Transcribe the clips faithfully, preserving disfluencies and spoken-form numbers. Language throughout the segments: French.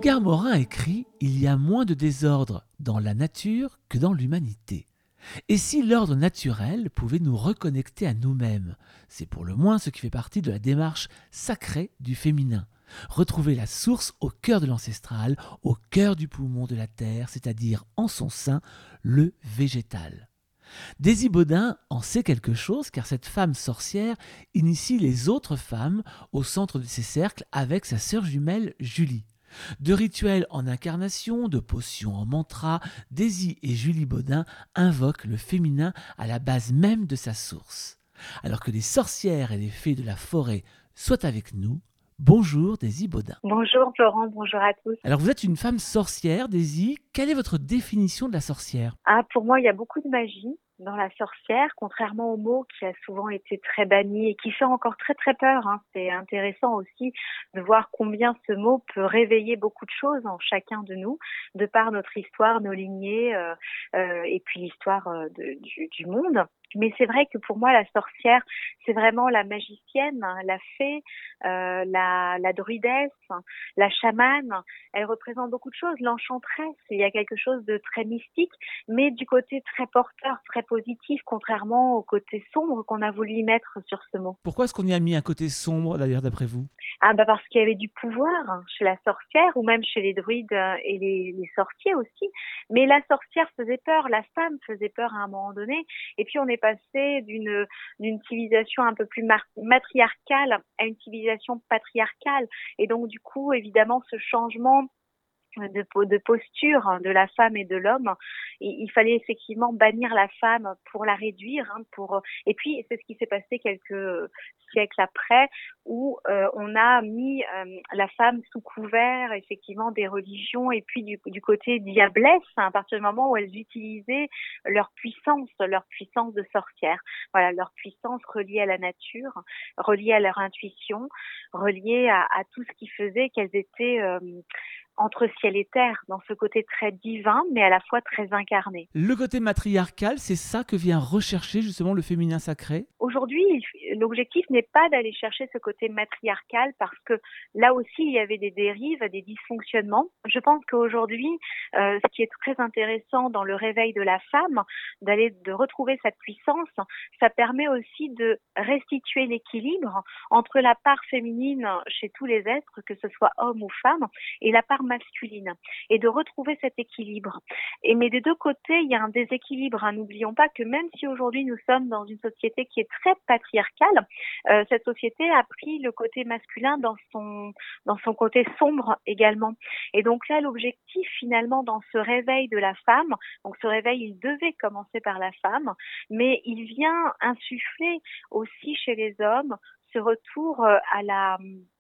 Edgar Morin écrit « Il y a moins de désordre dans la nature que dans l'humanité ». Et si l'ordre naturel pouvait nous reconnecter à nous-mêmes? C'est pour le moins ce qui fait partie de la démarche sacrée du féminin. Retrouver la source au cœur de l'ancestral, au cœur du poumon de la terre, c'est-à-dire en son sein, le végétal. Daisy Baudin en sait quelque chose car cette femme sorcière initie les autres femmes au centre de ses cercles avec sa sœur jumelle Julie. De rituels en incarnation, de potions en mantra, Daisy et Julie Baudin invoquent le féminin à la base même de sa source. Alors que les sorcières et les fées de la forêt soient avec nous, bonjour Daisy Baudin. Bonjour Florent, bonjour à tous. Alors vous êtes une femme sorcière, Daisy. Quelle est votre définition de la sorcière? Ah, pour moi, il y a beaucoup de magie dans la sorcière, contrairement au mot qui a souvent été très banni et qui fait encore très très peur. Hein. C'est intéressant aussi de voir combien ce mot peut réveiller beaucoup de choses en chacun de nous, de par notre histoire, nos lignées euh, euh, et puis l'histoire euh, de, du, du monde. Mais c'est vrai que pour moi, la sorcière, c'est vraiment la magicienne, hein, la fée, euh, la, la druidesse, la chamane. Elle représente beaucoup de choses. L'enchanteresse, il y a quelque chose de très mystique, mais du côté très porteur, très positif, contrairement au côté sombre qu'on a voulu y mettre sur ce mot. Pourquoi est-ce qu'on y a mis un côté sombre, d'ailleurs, d'après vous? Ah bah parce qu'il y avait du pouvoir hein, chez la sorcière ou même chez les druides euh, et les, les sorciers aussi. Mais la sorcière faisait peur, la femme faisait peur à un moment donné. Et puis on est passé d'une d'une civilisation un peu plus mar- matriarcale à une civilisation patriarcale. Et donc du coup, évidemment, ce changement de, de posture de la femme et de l'homme. Et il fallait effectivement bannir la femme pour la réduire. Hein, pour et puis c'est ce qui s'est passé quelques siècles après, où euh, on a mis euh, la femme sous couvert effectivement des religions et puis du, du côté diablesse, hein, à partir du moment où elles utilisaient leur puissance, leur puissance de sorcière. Voilà, leur puissance reliée à la nature, reliée à leur intuition, reliée à, à tout ce qui faisait qu'elles étaient euh, entre ciel et terre, dans ce côté très divin, mais à la fois très incarné. Le côté matriarcal, c'est ça que vient rechercher justement le féminin sacré? Aujourd'hui, l'objectif n'est pas d'aller chercher ce côté matriarcal parce que là aussi, il y avait des dérives, des dysfonctionnements. Je pense qu'aujourd'hui, euh, ce qui est très intéressant dans le réveil de la femme, d'aller de retrouver cette puissance, ça permet aussi de restituer l'équilibre entre la part féminine chez tous les êtres, que ce soit homme ou femme, et la part masculine, et de retrouver cet équilibre. Et mais des deux côtés, il y a un déséquilibre. Hein. N'oublions pas que même si aujourd'hui nous sommes dans une société qui est très patriarcale, euh, cette société a pris le côté masculin dans son dans son côté sombre également. Et donc là, l'objectif finalement dans ce réveil de la femme, donc ce réveil, il devait commencer par la femme, mais il vient insuffler aussi chez les hommes ce retour à la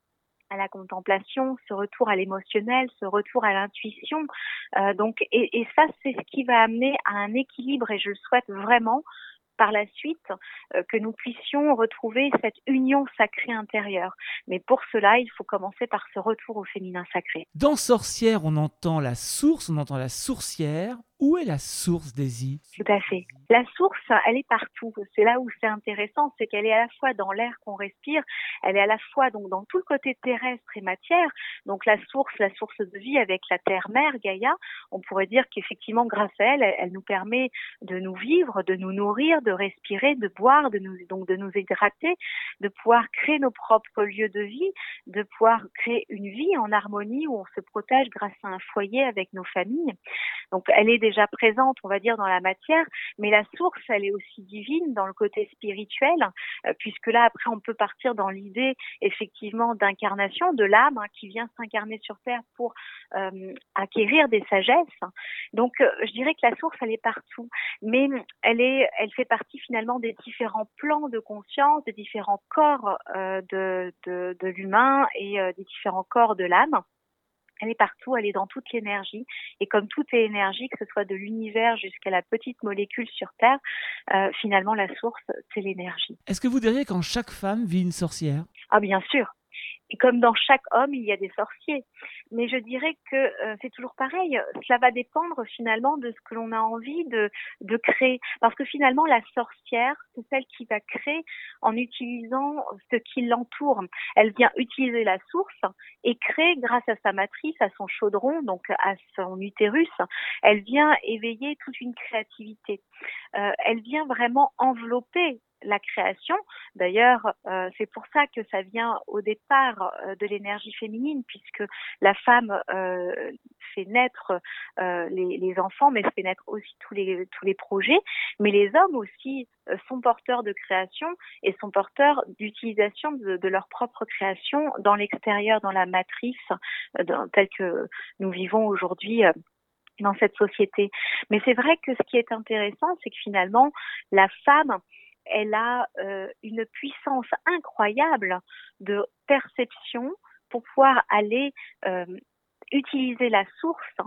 à la contemplation, ce retour à l'émotionnel, ce retour à l'intuition. Euh, donc, et, et ça, c'est ce qui va amener à un équilibre, et je le souhaite vraiment, par la suite, euh, que nous puissions retrouver cette union sacrée intérieure. Mais pour cela, il faut commencer par ce retour au féminin sacré. Dans sorcière, on entend la source, on entend la sourcière. Où est la source, Daisy? Tout à fait. La source, elle est partout. C'est là où c'est intéressant, c'est qu'elle est à la fois dans l'air qu'on respire, elle est à la fois donc dans tout le côté terrestre et matière. Donc la source, la source de vie avec la terre-mère, Gaïa, on pourrait dire qu'effectivement, grâce à elle, elle, elle nous permet de nous vivre, de nous nourrir, de respirer, de boire, de nous donc de nous hydrater, de pouvoir créer nos propres lieux de vie, de pouvoir créer une vie en harmonie où on se protège grâce à un foyer avec nos familles. Donc elle est déjà présente, on va dire, dans la matière, mais la source, elle est aussi divine dans le côté spirituel, euh, puisque là, après, on peut partir dans l'idée, effectivement, d'incarnation de l'âme hein, qui vient s'incarner sur Terre pour euh, acquérir des sagesses. Donc, euh, je dirais que la source, elle est partout, mais elle est, elle fait partie finalement des différents plans de conscience, des différents corps euh, de, de, de l'humain et euh, des différents corps de l'âme. Elle est partout, elle est dans toute l'énergie. Et comme toute est énergie, que ce soit de l'univers jusqu'à la petite molécule sur Terre, euh, finalement, la source, c'est l'énergie. Est-ce que vous diriez qu'en chaque femme vit une sorcière? Ah, bien sûr. Et comme dans chaque homme, il y a des sorciers. Mais je dirais que euh, c'est toujours pareil. Cela va dépendre finalement de ce que l'on a envie de, de créer. Parce que finalement, la sorcière, c'est celle qui va créer en utilisant ce qui l'entoure. Elle vient utiliser la source et créer grâce à sa matrice, à son chaudron, donc à son utérus. Elle vient éveiller toute une créativité. Euh, elle vient vraiment envelopper la création. D'ailleurs, euh, c'est pour ça que ça vient au départ euh, de l'énergie féminine, puisque la femme euh, fait naître euh, les, les enfants, mais fait naître aussi tous les tous les projets. Mais les hommes aussi euh, sont porteurs de création et sont porteurs d'utilisation de, de leur propre création dans l'extérieur, dans la matrice, euh, dans, telle que nous vivons aujourd'hui. Euh, dans cette société. Mais c'est vrai que ce qui est intéressant, c'est que finalement, la femme, elle a euh, une puissance incroyable de perception pour pouvoir aller euh, utiliser la source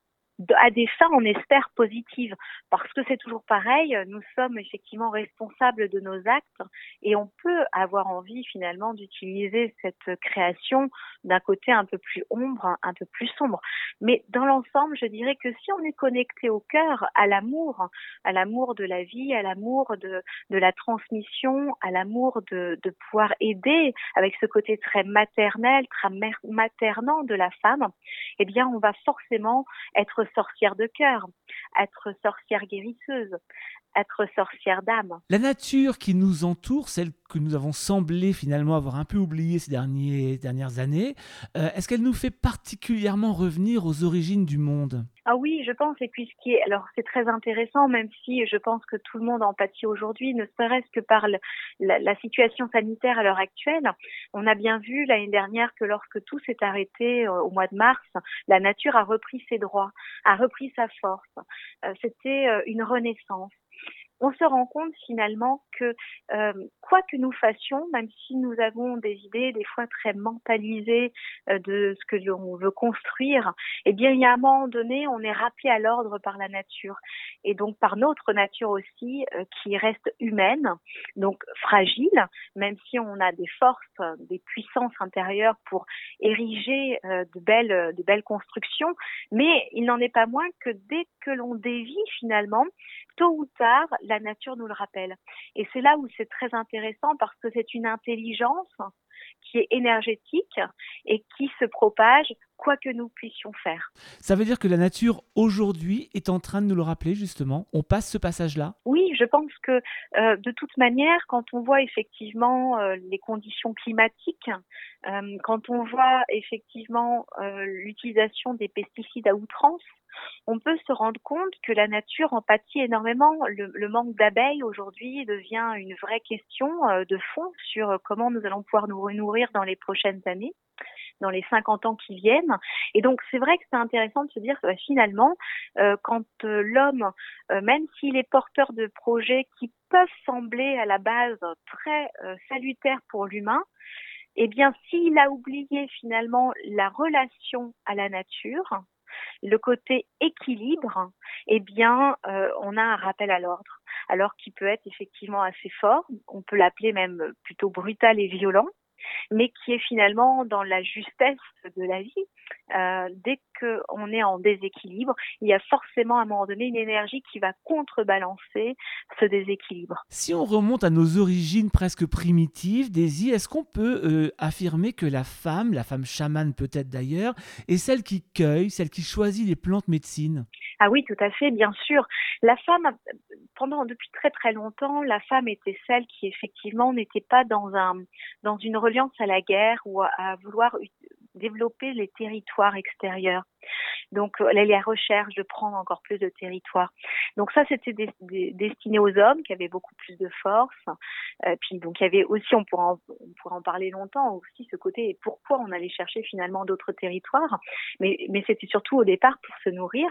à des fins, on espère, positives. Parce que c'est toujours pareil, nous sommes effectivement responsables de nos actes et on peut avoir envie finalement d'utiliser cette création d'un côté un peu plus ombre, un peu plus sombre. Mais dans l'ensemble, je dirais que si on est connecté au cœur, à l'amour, à l'amour de la vie, à l'amour de, de la transmission, à l'amour de, de pouvoir aider avec ce côté très maternel, très maternant de la femme, eh bien, on va forcément être sorcière de cœur, être sorcière guérisseuse, être sorcière d'âme. La nature qui nous entoure, celle que nous avons semblé finalement avoir un peu oubliée ces derniers, dernières années, euh, est-ce qu'elle nous fait particulièrement revenir aux origines du monde ? Ah oui, je pense, et puis ce qui est, alors c'est très intéressant, même si je pense que tout le monde en pâtit aujourd'hui, ne serait-ce que par le, la, la situation sanitaire à l'heure actuelle. On a bien vu l'année dernière que lorsque tout s'est arrêté euh, au mois de mars, la nature a repris ses droits, a repris sa force. Euh, c'était euh, une renaissance. On se rend compte finalement que euh, quoi que nous fassions, même si nous avons des idées des fois très mentalisées euh, de ce que l'on veut construire, eh bien il y a un moment donné, on est rappelé à l'ordre par la nature et donc par notre nature aussi euh, qui reste humaine, donc fragile, même si on a des forces, des puissances intérieures pour ériger euh, de belles, de belles constructions, mais il n'en est pas moins que dès que l'on dévie finalement, tôt ou tard, la nature nous le rappelle. Et c'est là où c'est très intéressant parce que c'est une intelligence qui est énergétique et qui se propage quoi que nous puissions faire. Ça veut dire que la nature aujourd'hui est en train de nous le rappeler justement. On passe ce passage-là ? Oui, je pense que euh, de toute manière, quand on voit effectivement euh, les conditions climatiques, euh, quand on voit effectivement euh, l'utilisation des pesticides à outrance, on peut se rendre compte que la nature en pâtit énormément. Le, le manque d'abeilles aujourd'hui devient une vraie question euh, de fond sur comment nous allons pouvoir nous renourrir dans les prochaines années, dans les cinquante ans qui viennent. Et donc, c'est vrai que c'est intéressant de se dire que bah, finalement, euh, quand euh, l'homme, euh, même s'il est porteur de projets qui peuvent sembler à la base très euh, salutaires pour l'humain, eh bien, s'il a oublié finalement la relation à la nature, le côté équilibre, eh bien, euh, on a un rappel à l'ordre. Alors qu'il peut être effectivement assez fort, on peut l'appeler même plutôt brutal et violent, mais qui est finalement dans la justesse de la vie. Euh, dès qu'on est en déséquilibre, il y a forcément à un moment donné une énergie qui va contrebalancer ce déséquilibre. Si on remonte à nos origines presque primitives, Daisy, est-ce qu'on peut euh, affirmer que la femme, la femme chamane peut-être d'ailleurs, est celle qui cueille, celle qui choisit les plantes médecines ? Ah oui, tout à fait, bien sûr. La femme, pendant depuis très très longtemps, la femme était celle qui effectivement n'était pas dans un dans une reliance à la guerre ou à, à vouloir développer les territoires extérieurs. Donc euh, la recherche de prendre encore plus de territoire. Donc ça, c'était des, des, destiné aux hommes qui avaient beaucoup plus de force. Euh, puis donc il y avait aussi, on pourra en, on pourra en parler longtemps aussi, ce côté et pourquoi on allait chercher finalement d'autres territoires. Mais mais c'était surtout au départ pour se nourrir.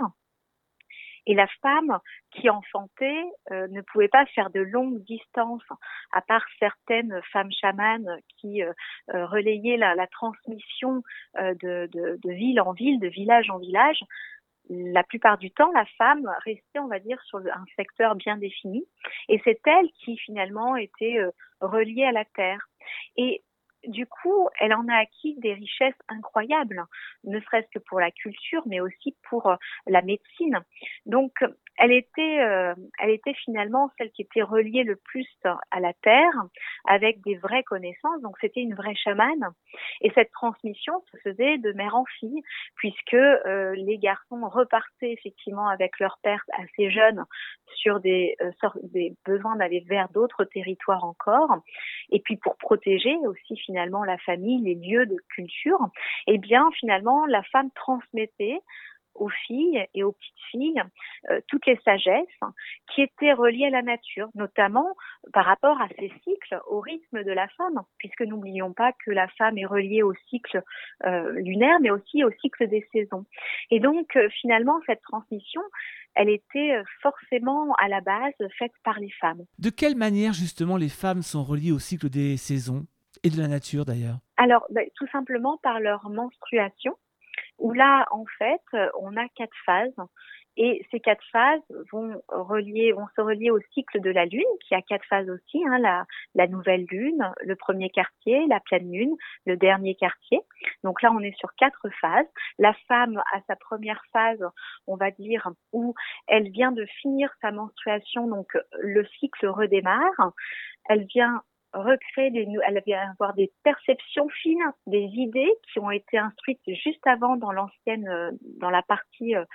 Et la femme qui enfantait euh, ne pouvait pas faire de longues distances, à part certaines femmes chamanes qui euh, euh, relayaient la, la transmission euh, de, de, de ville en ville, de village en village. La plupart du temps, la femme restait, on va dire, sur un secteur bien défini. Et c'est elle qui, finalement, était euh, reliée à la terre. Et Du coup, elle en a acquis des richesses incroyables, ne serait-ce que pour la culture, mais aussi pour euh, la médecine. Donc, elle était, euh, elle était finalement celle qui était reliée le plus à la terre, avec des vraies connaissances. Donc, c'était une vraie chamane. Et cette transmission se faisait de mère en fille, puisque euh, les garçons repartaient effectivement avec leur père assez jeunes sur des, euh, sortes- des besoins d'aller vers d'autres territoires encore. Et puis pour protéger aussi finalement la famille, les lieux de culture, eh bien finalement la femme transmettait aux filles et aux petites filles euh, toutes les sagesses qui étaient reliées à la nature, notamment par rapport à ces cycles, au rythme de la femme, puisque n'oublions pas que la femme est reliée au cycle euh, lunaire, mais aussi au cycle des saisons. Et donc euh, finalement cette transmission, elle était euh, forcément à la base faite par les femmes. De quelle manière justement les femmes sont reliées au cycle des saisons et de la nature d'ailleurs? Alors, bah, tout simplement par leur menstruation, où là, en fait, euh, on a quatre phases. Et ces quatre phases vont relier, vont se relier au cycle de la lune, qui a quatre phases aussi, hein, la, la nouvelle lune, le premier quartier, la pleine lune, le dernier quartier. Donc là, on est sur quatre phases. La femme a sa première phase, on va dire, où elle vient de finir sa menstruation, donc le cycle redémarre. Elle vient recréer des, elle vient avoir des perceptions fines, des idées qui ont été instruites juste avant dans l'ancienne, euh, dans la partie euh,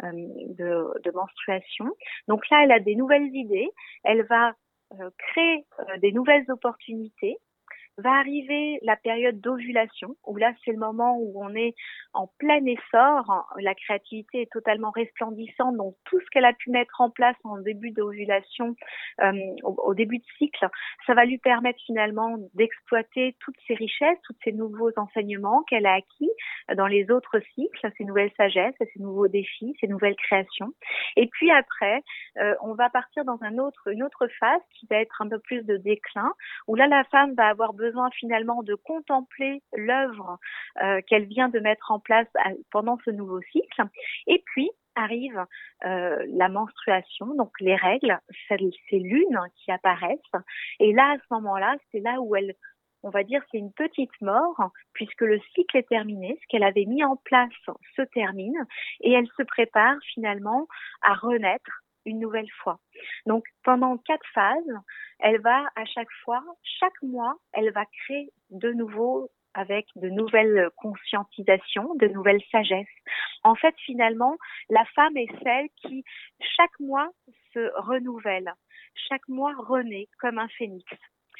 de, de menstruation. Donc là, elle a des nouvelles idées, elle va euh, créer euh, des nouvelles opportunités. Va arriver la période d'ovulation, où là, c'est le moment où on est en plein essor, la créativité est totalement resplendissante, donc tout ce qu'elle a pu mettre en place en début d'ovulation, euh, au, au début de cycle, ça va lui permettre finalement d'exploiter toutes ces richesses, tous ces nouveaux enseignements qu'elle a acquis dans les autres cycles, ces nouvelles sagesses, ces nouveaux défis, ces nouvelles créations. Et puis après, euh, on va partir dans un autre, une autre phase qui va être un peu plus de déclin, où là, la femme va avoir besoin besoin finalement de contempler l'œuvre euh, qu'elle vient de mettre en place à, pendant ce nouveau cycle. Et puis arrive euh, la menstruation, donc les règles, ces lunes qui apparaissent. Et là, à ce moment-là, c'est là où elle, on va dire, c'est une petite mort, puisque le cycle est terminé, ce qu'elle avait mis en place se termine, et elle se prépare finalement à renaître une nouvelle fois. Donc, pendant quatre phases, elle va à chaque fois, chaque mois, elle va créer de nouveau avec de nouvelles conscientisations, de nouvelles sagesses. En fait, finalement, la femme est celle qui, chaque mois, se renouvelle. Chaque mois renaît comme un phénix.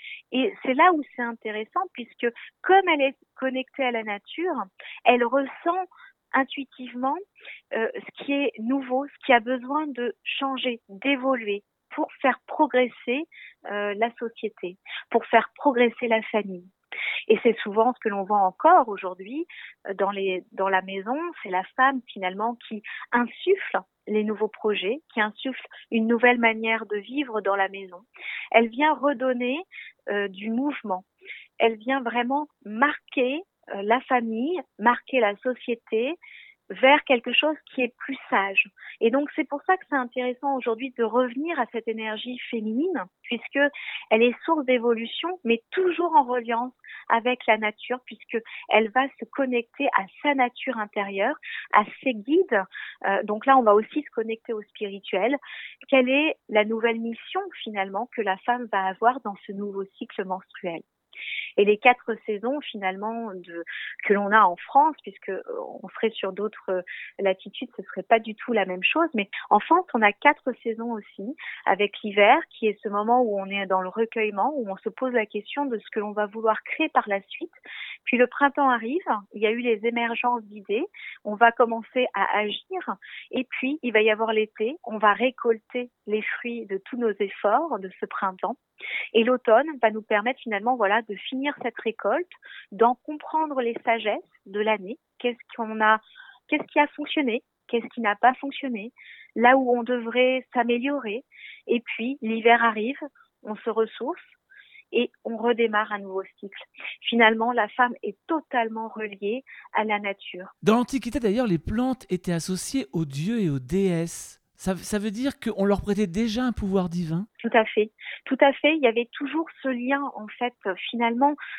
Et c'est là où c'est intéressant, puisque comme elle est connectée à la nature, elle ressent intuitivement euh, ce qui est nouveau, ce qui a besoin de changer, d'évoluer pour faire progresser euh, la société, pour faire progresser la famille. Et c'est souvent ce que l'on voit encore aujourd'hui dans les dans la maison, c'est la femme finalement qui insuffle les nouveaux projets, qui insuffle une nouvelle manière de vivre dans la maison. Elle vient redonner euh, du mouvement. Elle vient vraiment marquer euh, la famille, marquer la société vers quelque chose qui est plus sage. Et donc, c'est pour ça que c'est intéressant aujourd'hui de revenir à cette énergie féminine, puisque elle est source d'évolution, mais toujours en reliance avec la nature, puisque elle va se connecter à sa nature intérieure, à ses guides. Euh, donc là, on va aussi se connecter au spirituel. Quelle est la nouvelle mission, finalement, que la femme va avoir dans ce nouveau cycle menstruel? Et les quatre saisons finalement de, que l'on a en France, puisque on serait sur d'autres latitudes, ce serait pas du tout la même chose. Mais en France, on a quatre saisons aussi, avec l'hiver qui est ce moment où on est dans le recueillement, où on se pose la question de ce que l'on va vouloir créer par la suite. Puis le printemps arrive, il y a eu les émergences d'idées, on va commencer à agir. Et puis il va y avoir l'été, on va récolter les fruits de tous nos efforts de ce printemps. Et l'automne va nous permettre finalement voilà, de finir cette récolte, d'en comprendre les sagesses de l'année, qu'est-ce qu'on a, qu'est-ce qui a fonctionné, qu'est-ce qui n'a pas fonctionné, là où on devrait s'améliorer. Et puis l'hiver arrive, on se ressource et on redémarre un nouveau cycle. Finalement, la femme est totalement reliée à la nature. Dans l'Antiquité d'ailleurs, les plantes étaient associées aux dieux et aux déesses. Ça, ça veut dire qu'on leur prêtait déjà un pouvoir divin? Tout à fait. Tout à fait. Il y avait toujours ce lien, en fait, finalement.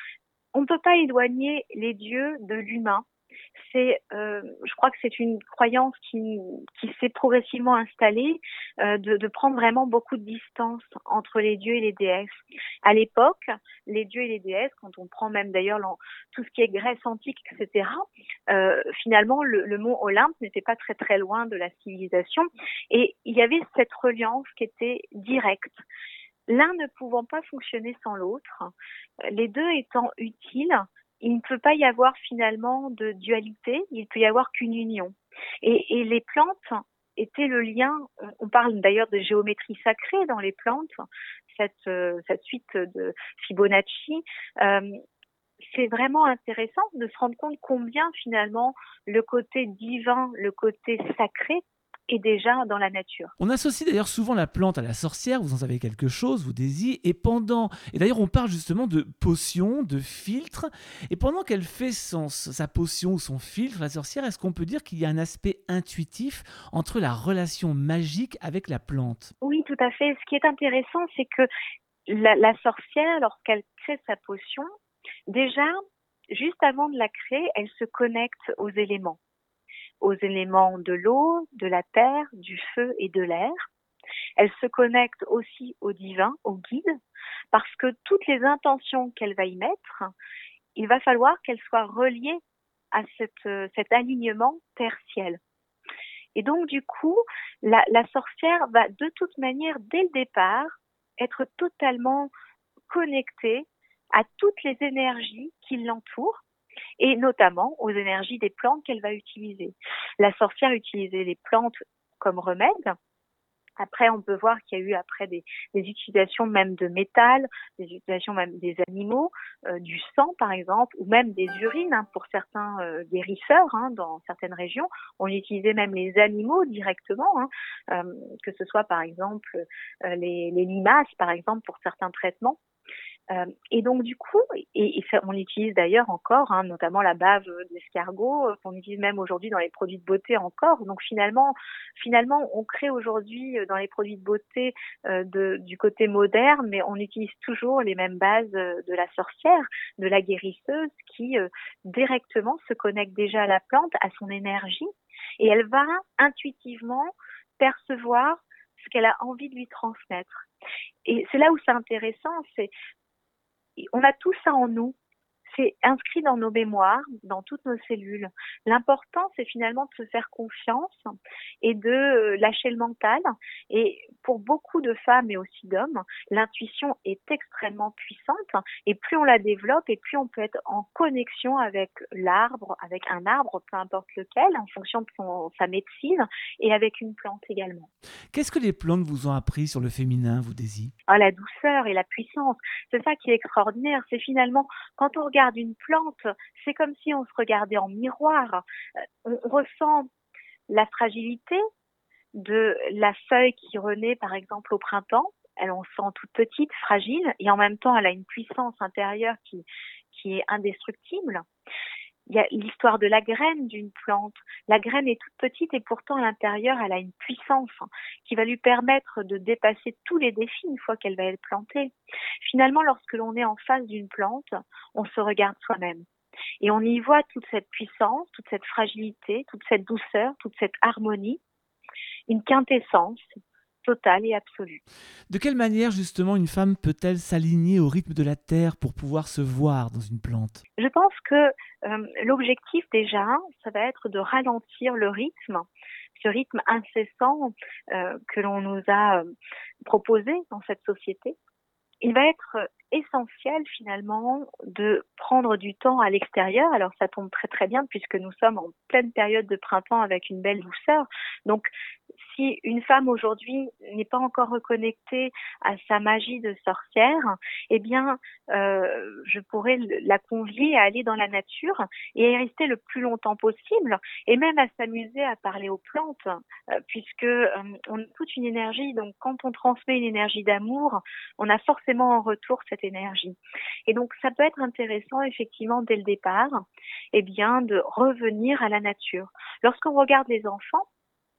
On ne peut pas éloigner les dieux de l'humain. C'est, euh, je crois que c'est une croyance qui, qui s'est progressivement installée, euh, de, de prendre vraiment beaucoup de distance entre les dieux et les déesses. À l'époque, les dieux et les déesses, quand on prend même d'ailleurs l'en- tout ce qui est Grèce antique, et cetera, euh, finalement, le, le mont Olympe n'était pas très très loin de la civilisation, et il y avait cette reliance qui était directe. L'un ne pouvant pas fonctionner sans l'autre, les deux étant utiles, il ne peut pas y avoir finalement de dualité, il peut y avoir qu'une union. Et, et les plantes étaient le lien, on, on parle d'ailleurs de géométrie sacrée dans les plantes, cette, euh, cette suite de Fibonacci, euh, c'est vraiment intéressant de se rendre compte combien finalement le côté divin, le côté sacré est déjà dans la nature. On associe d'ailleurs souvent la plante à la sorcière, vous en savez quelque chose, vous Daisy, et pendant, et d'ailleurs on parle justement de potion, de filtre, et pendant qu'elle fait son, sa potion ou son filtre, la sorcière, est-ce qu'on peut dire qu'il y a un aspect intuitif entre la relation magique avec la plante? Oui, tout à fait. Ce qui est intéressant, c'est que la, la sorcière, lorsqu'elle crée sa potion, déjà, juste avant de la créer, elle se connecte aux éléments, aux éléments de l'eau, de la terre, du feu et de l'air. Elle se connecte aussi au divin, au guide, parce que toutes les intentions qu'elle va y mettre, il va falloir qu'elles soient reliées à cette, cet alignement terre-ciel. Et donc, du coup, la, la sorcière va de toute manière, dès le départ, être totalement connectée à toutes les énergies qui l'entourent et notamment aux énergies des plantes qu'elle va utiliser. La sorcière utilisait les plantes comme remède. Après, on peut voir qu'il y a eu après des, des utilisations même de métal, des utilisations même des animaux, euh, du sang par exemple, ou même des urines hein, pour certains euh, guérisseurs hein, dans certaines régions. On utilisait même les animaux directement, hein, euh, que ce soit par exemple euh, les, les limaces par exemple pour certains traitements. Euh, et donc du coup, et, et ça, on utilise d'ailleurs encore, hein, notamment la bave d'escargot, euh, qu'on utilise même aujourd'hui dans les produits de beauté encore. Donc finalement, finalement, on crée aujourd'hui euh, dans les produits de beauté euh, de, du côté moderne, mais on utilise toujours les mêmes bases euh, de la sorcière, de la guérisseuse, qui euh, directement se connecte déjà à la plante, à son énergie, et elle va intuitivement percevoir ce qu'elle a envie de lui transmettre. Et c'est là où c'est intéressant, c'est on a tout ça en nous. C'est inscrit dans nos mémoires, dans toutes nos cellules. L'important, c'est finalement de se faire confiance et de lâcher le mental. Et pour beaucoup de femmes et aussi d'hommes, l'intuition est extrêmement puissante. Et plus on la développe, et plus on peut être en connexion avec l'arbre, avec un arbre, peu importe lequel, en fonction de son, sa médecine, et avec une plante également. Qu'est-ce que les plantes vous ont appris sur le féminin, vous Daisy? Ah, la douceur et la puissance, c'est ça qui est extraordinaire. C'est finalement, quand on regarde une plante, c'est comme si on se regardait en miroir. Euh, On, on ressent la fragilité de la feuille qui renaît, par exemple, au printemps. Elle, on sent toute petite, fragile, et en même temps, elle a une puissance intérieure qui, qui est indestructible. Il y a l'histoire de la graine d'une plante. La graine est toute petite et pourtant à l'intérieur, elle a une puissance qui va lui permettre de dépasser tous les défis une fois qu'elle va être plantée. Finalement, lorsque l'on est en face d'une plante, on se regarde soi-même. Et on y voit toute cette puissance, toute cette fragilité, toute cette douceur, toute cette harmonie, une quintessence totale et absolue. De quelle manière justement une femme peut-elle s'aligner au rythme de la Terre pour pouvoir se voir dans une plante? Je pense que euh, l'objectif déjà, ça va être de ralentir le rythme, ce rythme incessant euh, que l'on nous a euh, proposé dans cette société. Il va être essentiel finalement de prendre du temps à l'extérieur. Alors ça tombe très très bien puisque nous sommes en pleine période de printemps avec une belle douceur. Donc si une femme aujourd'hui n'est pas encore reconnectée à sa magie de sorcière, eh bien euh, je pourrais la convier à aller dans la nature et à y rester le plus longtemps possible et même à s'amuser à parler aux plantes euh, puisque euh, on a toute une énergie. Donc quand on transmet une énergie d'amour, on a forcément en retour cette énergie. Et donc, ça peut être intéressant, effectivement, dès le départ, eh bien, de revenir à la nature. Lorsqu'on regarde les enfants,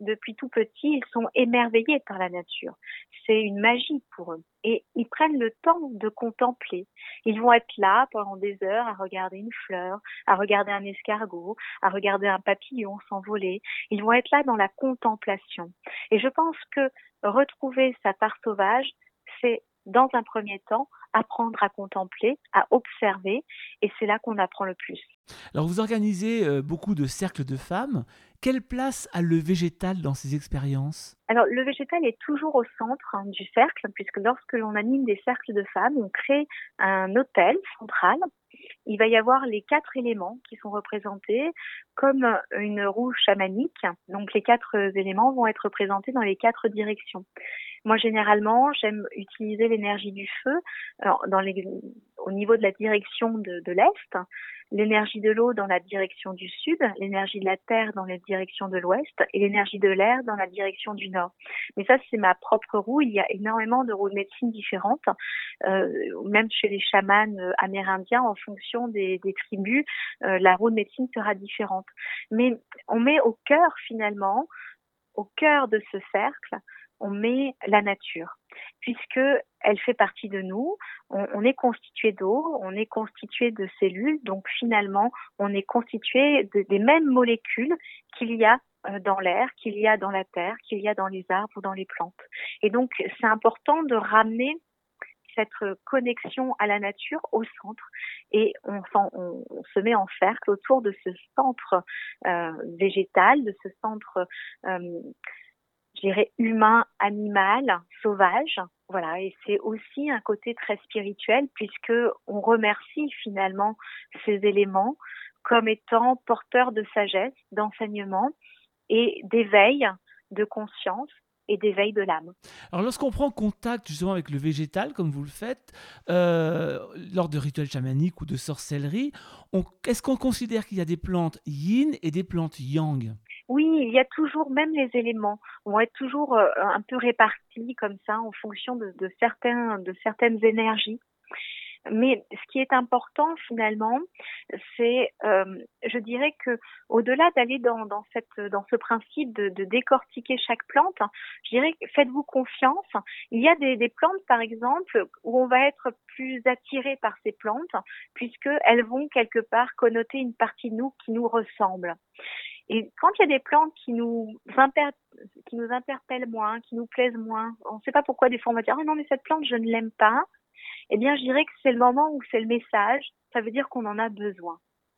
depuis tout petits, ils sont émerveillés par la nature. C'est une magie pour eux. Et ils prennent le temps de contempler. Ils vont être là pendant des heures à regarder une fleur, à regarder un escargot, à regarder un papillon s'envoler. Ils vont être là dans la contemplation. Et je pense que retrouver sa part sauvage, c'est dans un premier temps apprendre à contempler, à observer, et c'est là qu'on apprend le plus. Alors vous organisez euh, beaucoup de cercles de femmes. Quelle place a le végétal dans ces expériences? Alors, le végétal est toujours au centre hein, du cercle, puisque lorsque l'on anime des cercles de femmes, on crée un hôtel central. Il va y avoir les quatre éléments qui sont représentés comme une roue chamanique. Donc, les quatre éléments vont être représentés dans les quatre directions. Moi, généralement, j'aime utiliser l'énergie du feu alors, dans les, au niveau de la direction de, de l'Est, l'énergie de l'eau dans la direction du Sud, l'énergie de la terre dans la direction de l'Ouest et l'énergie de l'air dans la direction du Nord. Mais ça, c'est ma propre roue. Il y a énormément de roues de médecine différentes, euh, même chez les chamans amérindiens, en fonction des, des tribus, euh, la roue de médecine sera différente. Mais on met au cœur, finalement, au cœur de ce cercle, on met la nature, puisque elle fait partie de nous. On, on est constitué d'eau, on est constitué de cellules, donc finalement, on est constitué de, des mêmes molécules qu'il y a euh, dans l'air, qu'il y a dans la terre, qu'il y a dans les arbres ou dans les plantes. Et donc, c'est important de ramener cette connexion à la nature au centre et on, on, on se met en cercle autour de ce centre euh, végétal, de ce centre euh, je dirais humain, animal, sauvage. Voilà, et c'est aussi un côté très spirituel puisque on remercie finalement ces éléments comme étant porteurs de sagesse, d'enseignement et d'éveil de conscience et d'éveil de l'âme. Alors lorsqu'on prend contact justement avec le végétal, comme vous le faites, euh, lors de rituels chamaniques ou de sorcellerie, on, est-ce qu'on considère qu'il y a des plantes yin et des plantes yang? Oui, il y a toujours, même les éléments vont être toujours euh, un peu répartis comme ça en fonction de, de, certains, de certaines énergies. Mais ce qui est important finalement, c'est, euh, je dirais que au-delà d'aller dans, dans, cette, dans ce principe de, de décortiquer chaque plante, je dirais que faites-vous confiance. Il y a des, des plantes, par exemple, où on va être plus attiré par ces plantes, puisqu'elles vont quelque part connoter une partie de nous qui nous ressemble. Et quand il y a des plantes qui nous, imper... qui nous interpellent moins, qui nous plaisent moins, on ne sait pas pourquoi des fois on va dire « Ah non, mais cette plante, je ne l'aime pas », eh bien, je dirais que c'est le moment où c'est le message, ça veut dire qu'on en a besoin.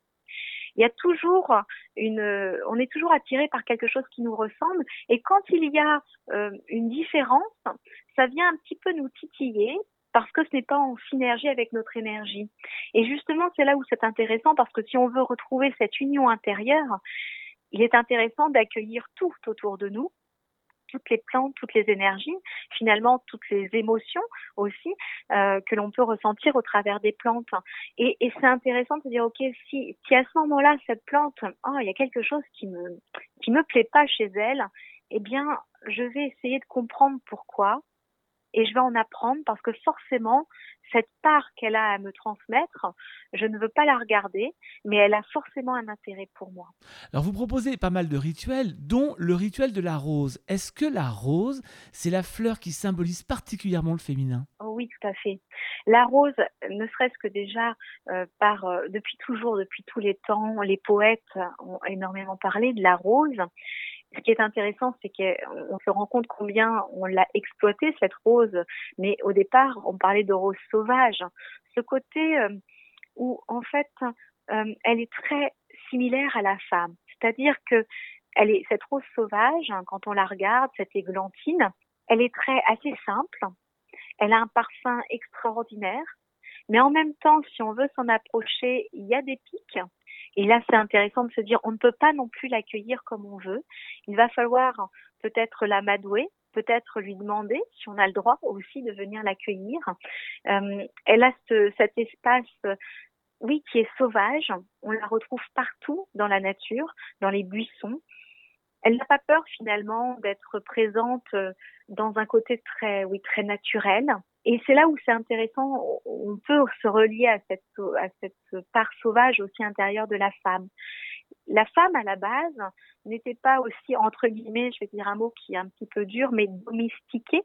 Il y a toujours une, on est toujours attiré par quelque chose qui nous ressemble, et quand il y a euh, une différence, ça vient un petit peu nous titiller, parce que ce n'est pas en synergie avec notre énergie. Et justement, c'est là où c'est intéressant, parce que si on veut retrouver cette union intérieure, il est intéressant d'accueillir tout autour de nous, toutes les plantes, toutes les énergies, finalement toutes les émotions aussi euh, que l'on peut ressentir au travers des plantes. Et, et c'est intéressant de se dire, ok, si, si à ce moment-là, cette plante, oh, il y a quelque chose qui me qui me plaît pas chez elle, eh bien, je vais essayer de comprendre pourquoi et je vais en apprendre parce que forcément, cette part qu'elle a à me transmettre, je ne veux pas la regarder, mais elle a forcément un intérêt pour moi. Alors vous proposez pas mal de rituels, dont le rituel de la rose. Est-ce que la rose, c'est la fleur qui symbolise particulièrement le féminin? Oh oui, tout à fait. La rose, ne serait-ce que déjà euh, par euh, depuis toujours, depuis tous les temps, les poètes ont énormément parlé de la rose. Ce qui est intéressant, c'est qu'on se rend compte combien on l'a exploitée, cette rose. Mais au départ, on parlait de rose sauvage. Ce côté euh, où, en fait, euh, elle est très similaire à la femme. C'est-à-dire que elle est, cette rose sauvage, hein, quand on la regarde, cette églantine, elle est très assez simple. Elle a un parfum extraordinaire. Mais en même temps, si on veut s'en approcher, il y a des pics. Et là, c'est intéressant de se dire, on ne peut pas non plus l'accueillir comme on veut. Il va falloir peut-être l'amadouer, peut-être lui demander si on a le droit aussi de venir l'accueillir. Euh, elle a ce, cet espace, oui, qui est sauvage. On la retrouve partout dans la nature, dans les buissons. Elle n'a pas peur finalement d'être présente dans un côté très, oui, très naturel. Et c'est là où c'est intéressant, on peut se relier à cette, à cette part sauvage aussi intérieure de la femme. la femme, à la base, n'était pas aussi, entre guillemets, je vais dire un mot qui est un petit peu dur, mais domestiquée.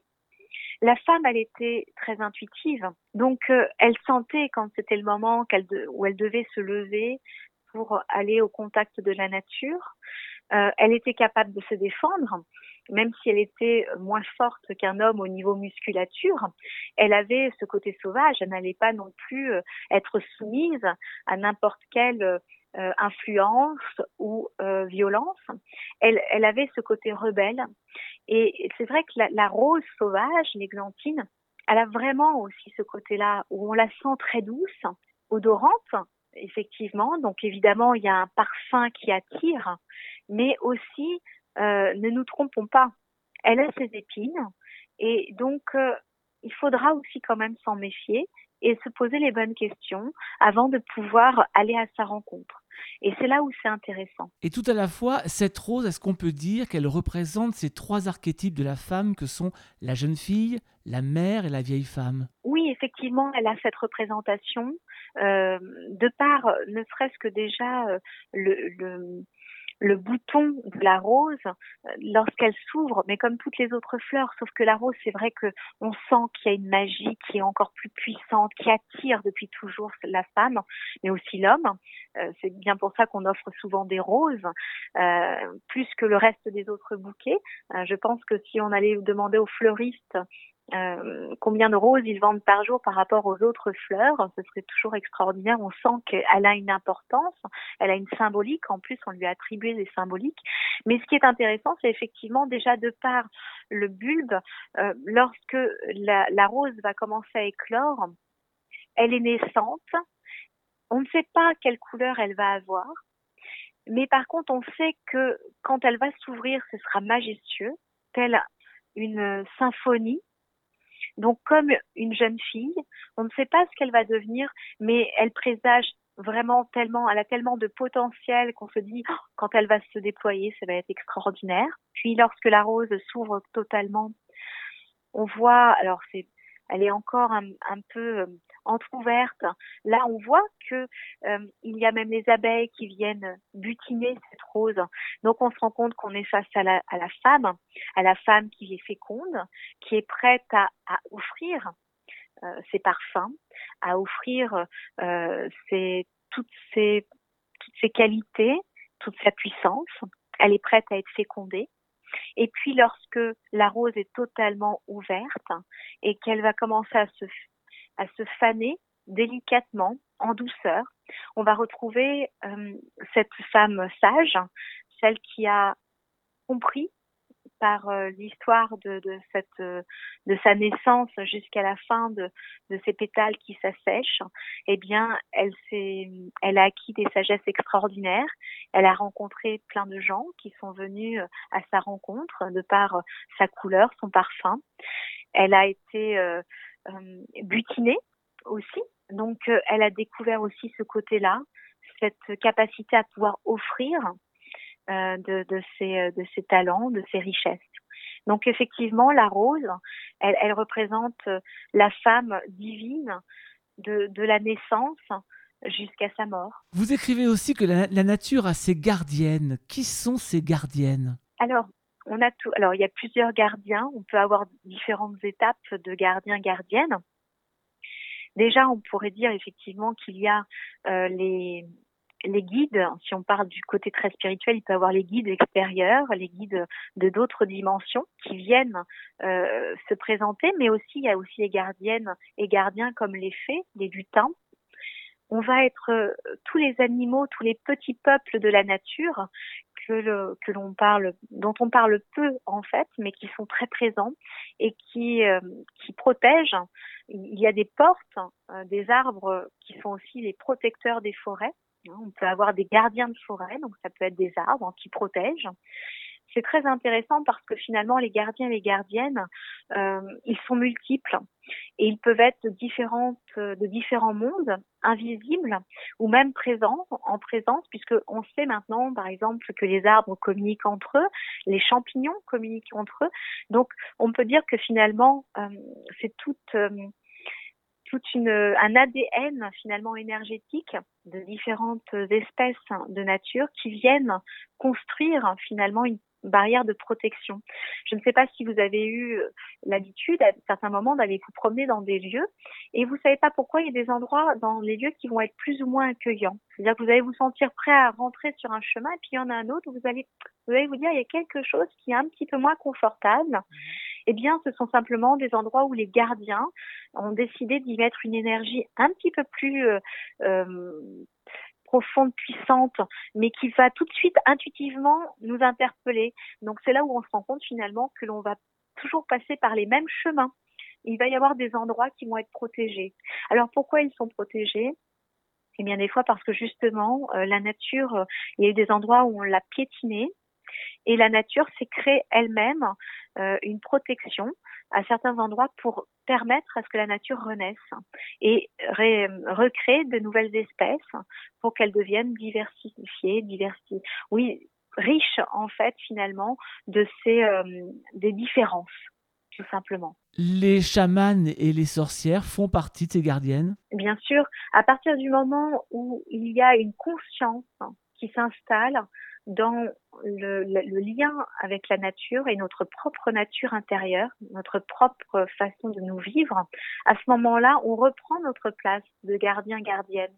La femme, elle était très intuitive. Donc, euh, elle sentait quand c'était le moment qu'elle de, où elle devait se lever pour aller au contact de la nature. Euh, elle était capable de se défendre, même si elle était moins forte qu'un homme au niveau musculature. Elle avait ce côté sauvage. Elle n'allait pas non plus euh, être soumise à n'importe quelle euh, influence ou euh, violence. Elle, elle avait ce côté rebelle. Et c'est vrai que la, la rose sauvage, l'églantine, elle a vraiment aussi ce côté-là où on la sent très douce, odorante, effectivement. Donc évidemment, il y a un parfum qui attire, mais aussi, euh, ne nous trompons pas, elle a ses épines et donc euh, il faudra aussi quand même s'en méfier et se poser les bonnes questions avant de pouvoir aller à sa rencontre. Et c'est là où c'est intéressant. Et tout à la fois, cette rose, est-ce qu'on peut dire qu'elle représente ces trois archétypes de la femme que sont la jeune fille, la mère et la vieille femme? Oui, effectivement, elle a cette représentation, euh, de par, ne serait-ce que déjà euh, le, le, le bouton de la rose euh, lorsqu'elle s'ouvre, mais comme toutes les autres fleurs, sauf que la rose, c'est vrai que on sent qu'il y a une magie qui est encore plus puissante, qui attire depuis toujours la femme, mais aussi l'homme. Euh, c'est bien pour ça qu'on offre souvent des roses, euh, plus que le reste des autres bouquets. Euh, je pense que si on allait demander aux fleuristes Euh, combien de roses ils vendent par jour par rapport aux autres fleurs, ce serait toujours extraordinaire. On sent qu'elle a une importance, elle a une symbolique, en plus on lui a attribué des symboliques. Mais ce qui est intéressant, c'est effectivement déjà de par le bulbe, euh, lorsque la, la rose va commencer à éclore, elle est naissante, on ne sait pas quelle couleur elle va avoir, mais par contre on sait que quand elle va s'ouvrir, ce sera majestueux, telle une symphonie. Donc, comme une jeune fille, on ne sait pas ce qu'elle va devenir, mais elle présage vraiment tellement, elle a tellement de potentiel qu'on se dit, oh, quand elle va se déployer, ça va être extraordinaire. Puis, lorsque la rose s'ouvre totalement, on voit, alors c'est, elle est encore un, un peu euh, entrouverte. Là, on voit que euh, il y a même les abeilles qui viennent butiner cette rose. Donc, on se rend compte qu'on est face à la, à la femme, à la femme qui est féconde, qui est prête à, à offrir euh, ses parfums, à offrir euh, ses, toutes ses toutes ses qualités, toute sa puissance. Elle est prête à être fécondée. Et puis lorsque la rose est totalement ouverte et qu'elle va commencer à se, à se faner délicatement, en douceur, on va retrouver euh, cette femme sage, celle qui a compris par euh, l'histoire de, de cette euh, de sa naissance jusqu'à la fin de, de ces pétales qui s'assèchent, eh bien, elle s'est, elle a acquis des sagesses extraordinaires. Elle a rencontré plein de gens qui sont venus à sa rencontre de par sa couleur, son parfum. Elle a été euh, euh, butinée aussi, donc euh, elle a découvert aussi ce côté-là, cette capacité à pouvoir offrir euh, de, de, ses, de ses talents, de ses richesses. Donc effectivement, la rose, elle, elle représente la femme divine de, de la naissance jusqu'à sa mort. Vous écrivez aussi que la, la nature a ses gardiennes. Qui sont ces gardiennes? Alors, on a tout. Alors, il y a plusieurs gardiens. On peut avoir différentes étapes de gardiens-gardiennes. Déjà, on pourrait dire effectivement qu'il y a euh, les les guides. Si on parle du côté très spirituel, il peut y avoir les guides extérieurs, les guides de d'autres dimensions qui viennent euh, se présenter, mais aussi il y a aussi les gardiennes et gardiens comme les fées, les lutins. On va être euh, tous les animaux, tous les petits peuples de la nature que le, que l'on parle, dont on parle peu en fait, mais qui sont très présents et qui euh, qui protègent. Il y a des portes, euh, des arbres qui sont aussi les protecteurs des forêts. On peut avoir des gardiens de forêt, donc ça peut être des arbres qui protègent. C'est très intéressant parce que finalement, les gardiens et les gardiennes, euh, ils sont multiples et ils peuvent être de, différentes, de différents mondes, invisibles ou même présents, en présence, puisque on sait maintenant, par exemple, que les arbres communiquent entre eux, les champignons communiquent entre eux. Donc, on peut dire que finalement, euh, c'est toute... Euh, toute une, un A D N finalement énergétique de différentes espèces de nature qui viennent construire finalement une barrière de protection. Je ne sais pas si vous avez eu l'habitude à certains moments d'aller vous promener dans des lieux et vous savez pas pourquoi il y a des endroits dans les lieux qui vont être plus ou moins accueillants. C'est-à-dire que vous allez vous sentir prêt à rentrer sur un chemin et puis il y en a un autre où vous allez, vous allez vous dire il y a quelque chose qui est un petit peu moins confortable. Eh bien, ce sont simplement des endroits où les gardiens ont décidé d'y mettre une énergie un petit peu plus euh, euh, profonde, puissante, mais qui va tout de suite intuitivement nous interpeller. Donc, c'est là où on se rend compte finalement que l'on va toujours passer par les mêmes chemins. Il va y avoir des endroits qui vont être protégés. Alors, pourquoi ils sont protégés ? Eh bien, des fois parce que justement, euh, la nature, euh, il y a eu des endroits où on l'a piétinée. Et la nature s'est créée elle-même euh, une protection à certains endroits pour permettre à ce que la nature renaisse et ré, recréer de nouvelles espèces pour qu'elles deviennent diversifiées, diversi, oui, riches en fait finalement de ces euh, des différences, tout simplement. Les chamans et les sorcières font partie de ces gardiennes ? Bien sûr, à partir du moment où il y a une conscience qui s'installe dans le, le, le lien avec la nature et notre propre nature intérieure, notre propre façon de nous vivre, à ce moment-là, on reprend notre place de gardien-gardienne.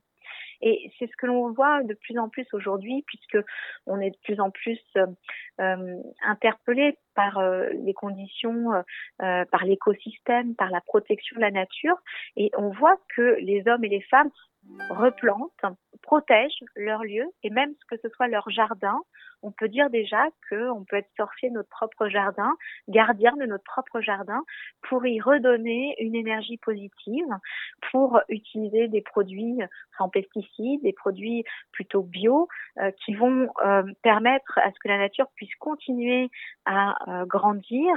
Et c'est ce que l'on voit de plus en plus aujourd'hui, puisque on est de plus en plus euh, euh, interpellé par euh, les conditions, euh, par l'écosystème, par la protection de la nature. Et on voit que les hommes et les femmes replantent, protègent leurs lieux et même que ce soit leur jardin. On peut dire déjà qu'on peut être sorcier de notre propre jardin, gardien de notre propre jardin, pour y redonner une énergie positive, pour utiliser des produits sans pesticides, des produits plutôt bio, euh, qui vont euh, permettre à ce que la nature puisse continuer à euh, grandir,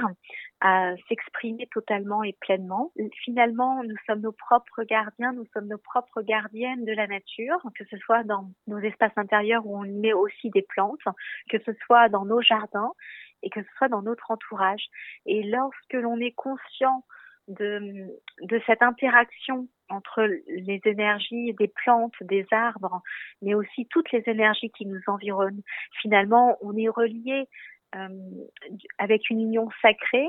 à s'exprimer totalement et pleinement. Finalement, nous sommes nos propres gardiens, nous sommes nos propres gardiennes de la nature, que ce soit dans nos espaces intérieurs où on met aussi des plantes, que ce soit dans nos jardins et que ce soit dans notre entourage. Et lorsque l'on est conscient de, de cette interaction entre les énergies des plantes, des arbres, mais aussi toutes les énergies qui nous environnent, finalement, on est relié euh, avec une union sacrée.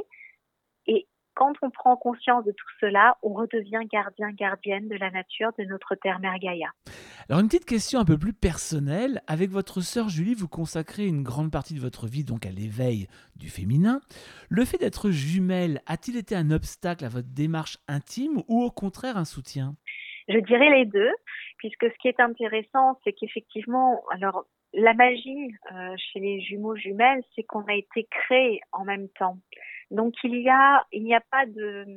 Et quand on prend conscience de tout cela, on redevient gardien, gardienne de la nature, de notre terre-mère Gaïa. Alors une petite question un peu plus personnelle. Avec votre sœur Julie, vous consacrez une grande partie de votre vie donc à l'éveil du féminin. Le fait d'être jumelle a-t-il été un obstacle à votre démarche intime ou au contraire un soutien ? Je dirais les deux, puisque ce qui est intéressant, c'est qu'effectivement, alors la magie euh, chez les jumeaux jumelles, c'est qu'on a été créés en même temps. Donc il y a, il n'y a pas de,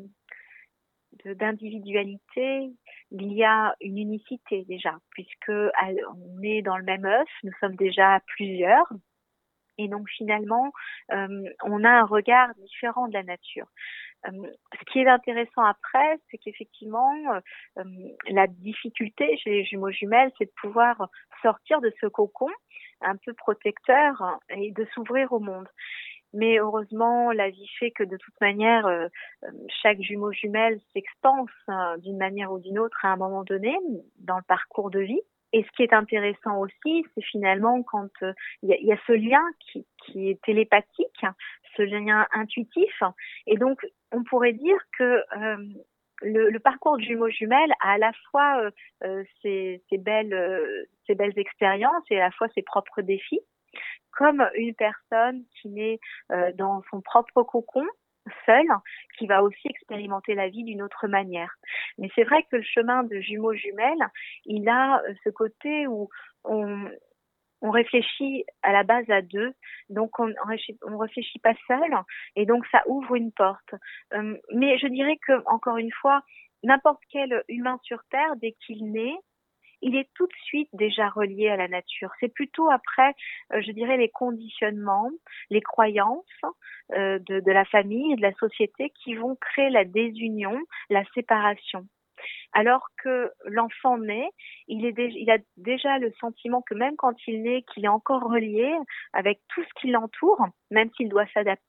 de d'individualité, il y a une unicité déjà, puisque on est dans le même œuf, nous sommes déjà plusieurs, et donc finalement, euh, on a un regard différent de la nature. Euh, ce qui est intéressant après, c'est qu'effectivement, euh, la difficulté chez les jumeaux jumelles, c'est de pouvoir sortir de ce cocon un peu protecteur et de s'ouvrir au monde. Mais heureusement, la vie fait que de toute manière, euh, chaque jumeau jumelle s'expanse euh, d'une manière ou d'une autre à un moment donné dans le parcours de vie. Et ce qui est intéressant aussi, c'est finalement quand il euh, y, y a ce lien qui, qui est télépathique, ce lien intuitif. Et donc, on pourrait dire que euh, le, le parcours de jumeaux jumelles a à la fois euh, euh, ses, ses, belles, euh, ses belles expériences et à la fois ses propres défis, comme une personne qui naît euh, dans son propre cocon, seule, qui va aussi expérimenter la vie d'une autre manière. Mais c'est vrai que le chemin de jumeaux jumelles, il a ce côté où on, on réfléchit à la base à deux, donc on on réfléchit pas seul, et donc ça ouvre une porte. Euh, mais je dirais que, encore une fois, n'importe quel humain sur Terre, dès qu'il naît, il est tout de suite déjà relié à la nature. C'est plutôt après, euh, je dirais, les conditionnements, les croyances euh, de, de la famille et de la société qui vont créer la désunion, la séparation. Alors que l'enfant naît, il, est déjà, il a déjà le sentiment que même quand il naît, qu'il est encore relié avec tout ce qui l'entoure, même s'il doit s'adapter.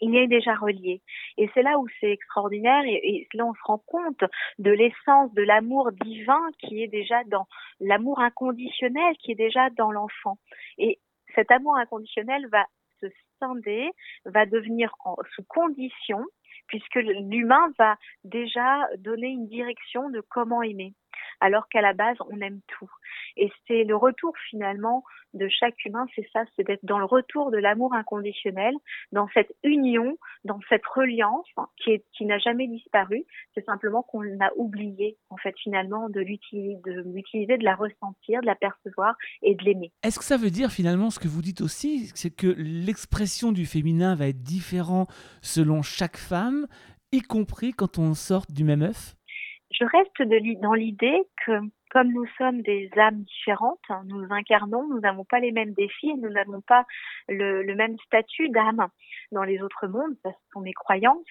il est déjà relié. Et c'est là où c'est extraordinaire et, et là on se rend compte de l'essence de l'amour divin qui est déjà dans l'amour inconditionnel qui est déjà dans l'enfant. Et cet amour inconditionnel va se scinder, va devenir en, sous condition, puisque l'humain va déjà donner une direction de comment aimer, alors qu'à la base, on aime tout. Et c'est le retour finalement de chaque humain, c'est ça, c'est d'être dans le retour de l'amour inconditionnel, dans cette union, dans cette reliance qui, est, qui n'a jamais disparu. C'est simplement qu'on a oublié, en fait, finalement, de l'utiliser, de l'utiliser, de la ressentir, de la percevoir et de l'aimer. Est-ce que ça veut dire finalement ce que vous dites aussi, c'est que l'expression du féminin va être différente selon chaque femme, y compris quand on sort du même œuf ? Je reste de, dans l'idée que comme nous sommes des âmes différentes, nous incarnons, nous n'avons pas les mêmes défis et nous n'avons pas le, le même statut d'âme dans les autres mondes, parce que ce sont mes croyances.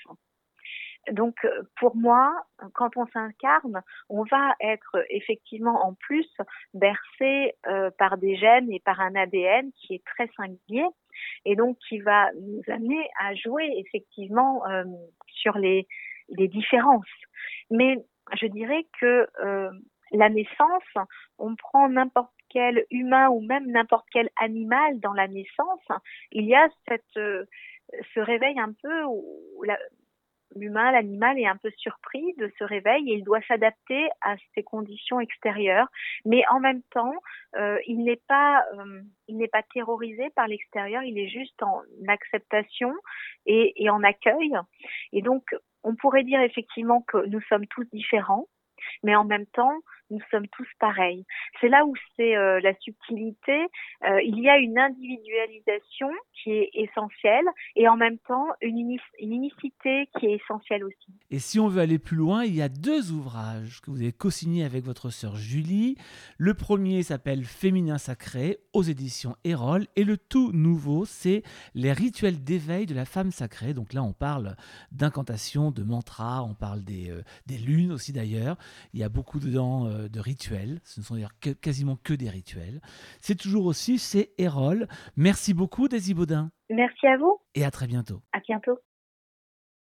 Donc pour moi, quand on s'incarne, on va être effectivement en plus bercé euh, par des gènes et par un A D N qui est très singulier et donc qui va nous amener à jouer effectivement euh, sur les, les différences. Mais je dirais que euh, la naissance, on prend n'importe quel humain ou même n'importe quel animal dans la naissance, il y a cette, euh, ce réveil un peu où la, l'humain, l'animal est un peu surpris de ce réveil et il doit s'adapter à ces conditions extérieures. Mais en même temps, euh, il n'est pas, euh, il n'est pas terrorisé par l'extérieur, il est juste en acceptation et, et en accueil. Et donc, on pourrait dire effectivement que nous sommes tous différents, mais en même temps, nous sommes tous pareils. C'est là où c'est euh, la subtilité. Euh, il y a une individualisation qui est essentielle et en même temps une, uni- une unicité qui est essentielle aussi. Et si on veut aller plus loin, il y a deux ouvrages que vous avez co-signés avec votre sœur Julie. Le premier s'appelle Féminin sacré aux éditions Erol et le tout nouveau, c'est Les rituels d'éveil de la femme sacrée. Donc là, on parle d'incantation, de mantras, on parle des, euh, des lunes aussi d'ailleurs. Il y a beaucoup dedans euh, de rituels. Ce ne sont d'ailleurs que, quasiment que des rituels. C'est toujours aussi chez Erol. Merci beaucoup, Daisy Baudin. Merci à vous. Et à très bientôt. À bientôt.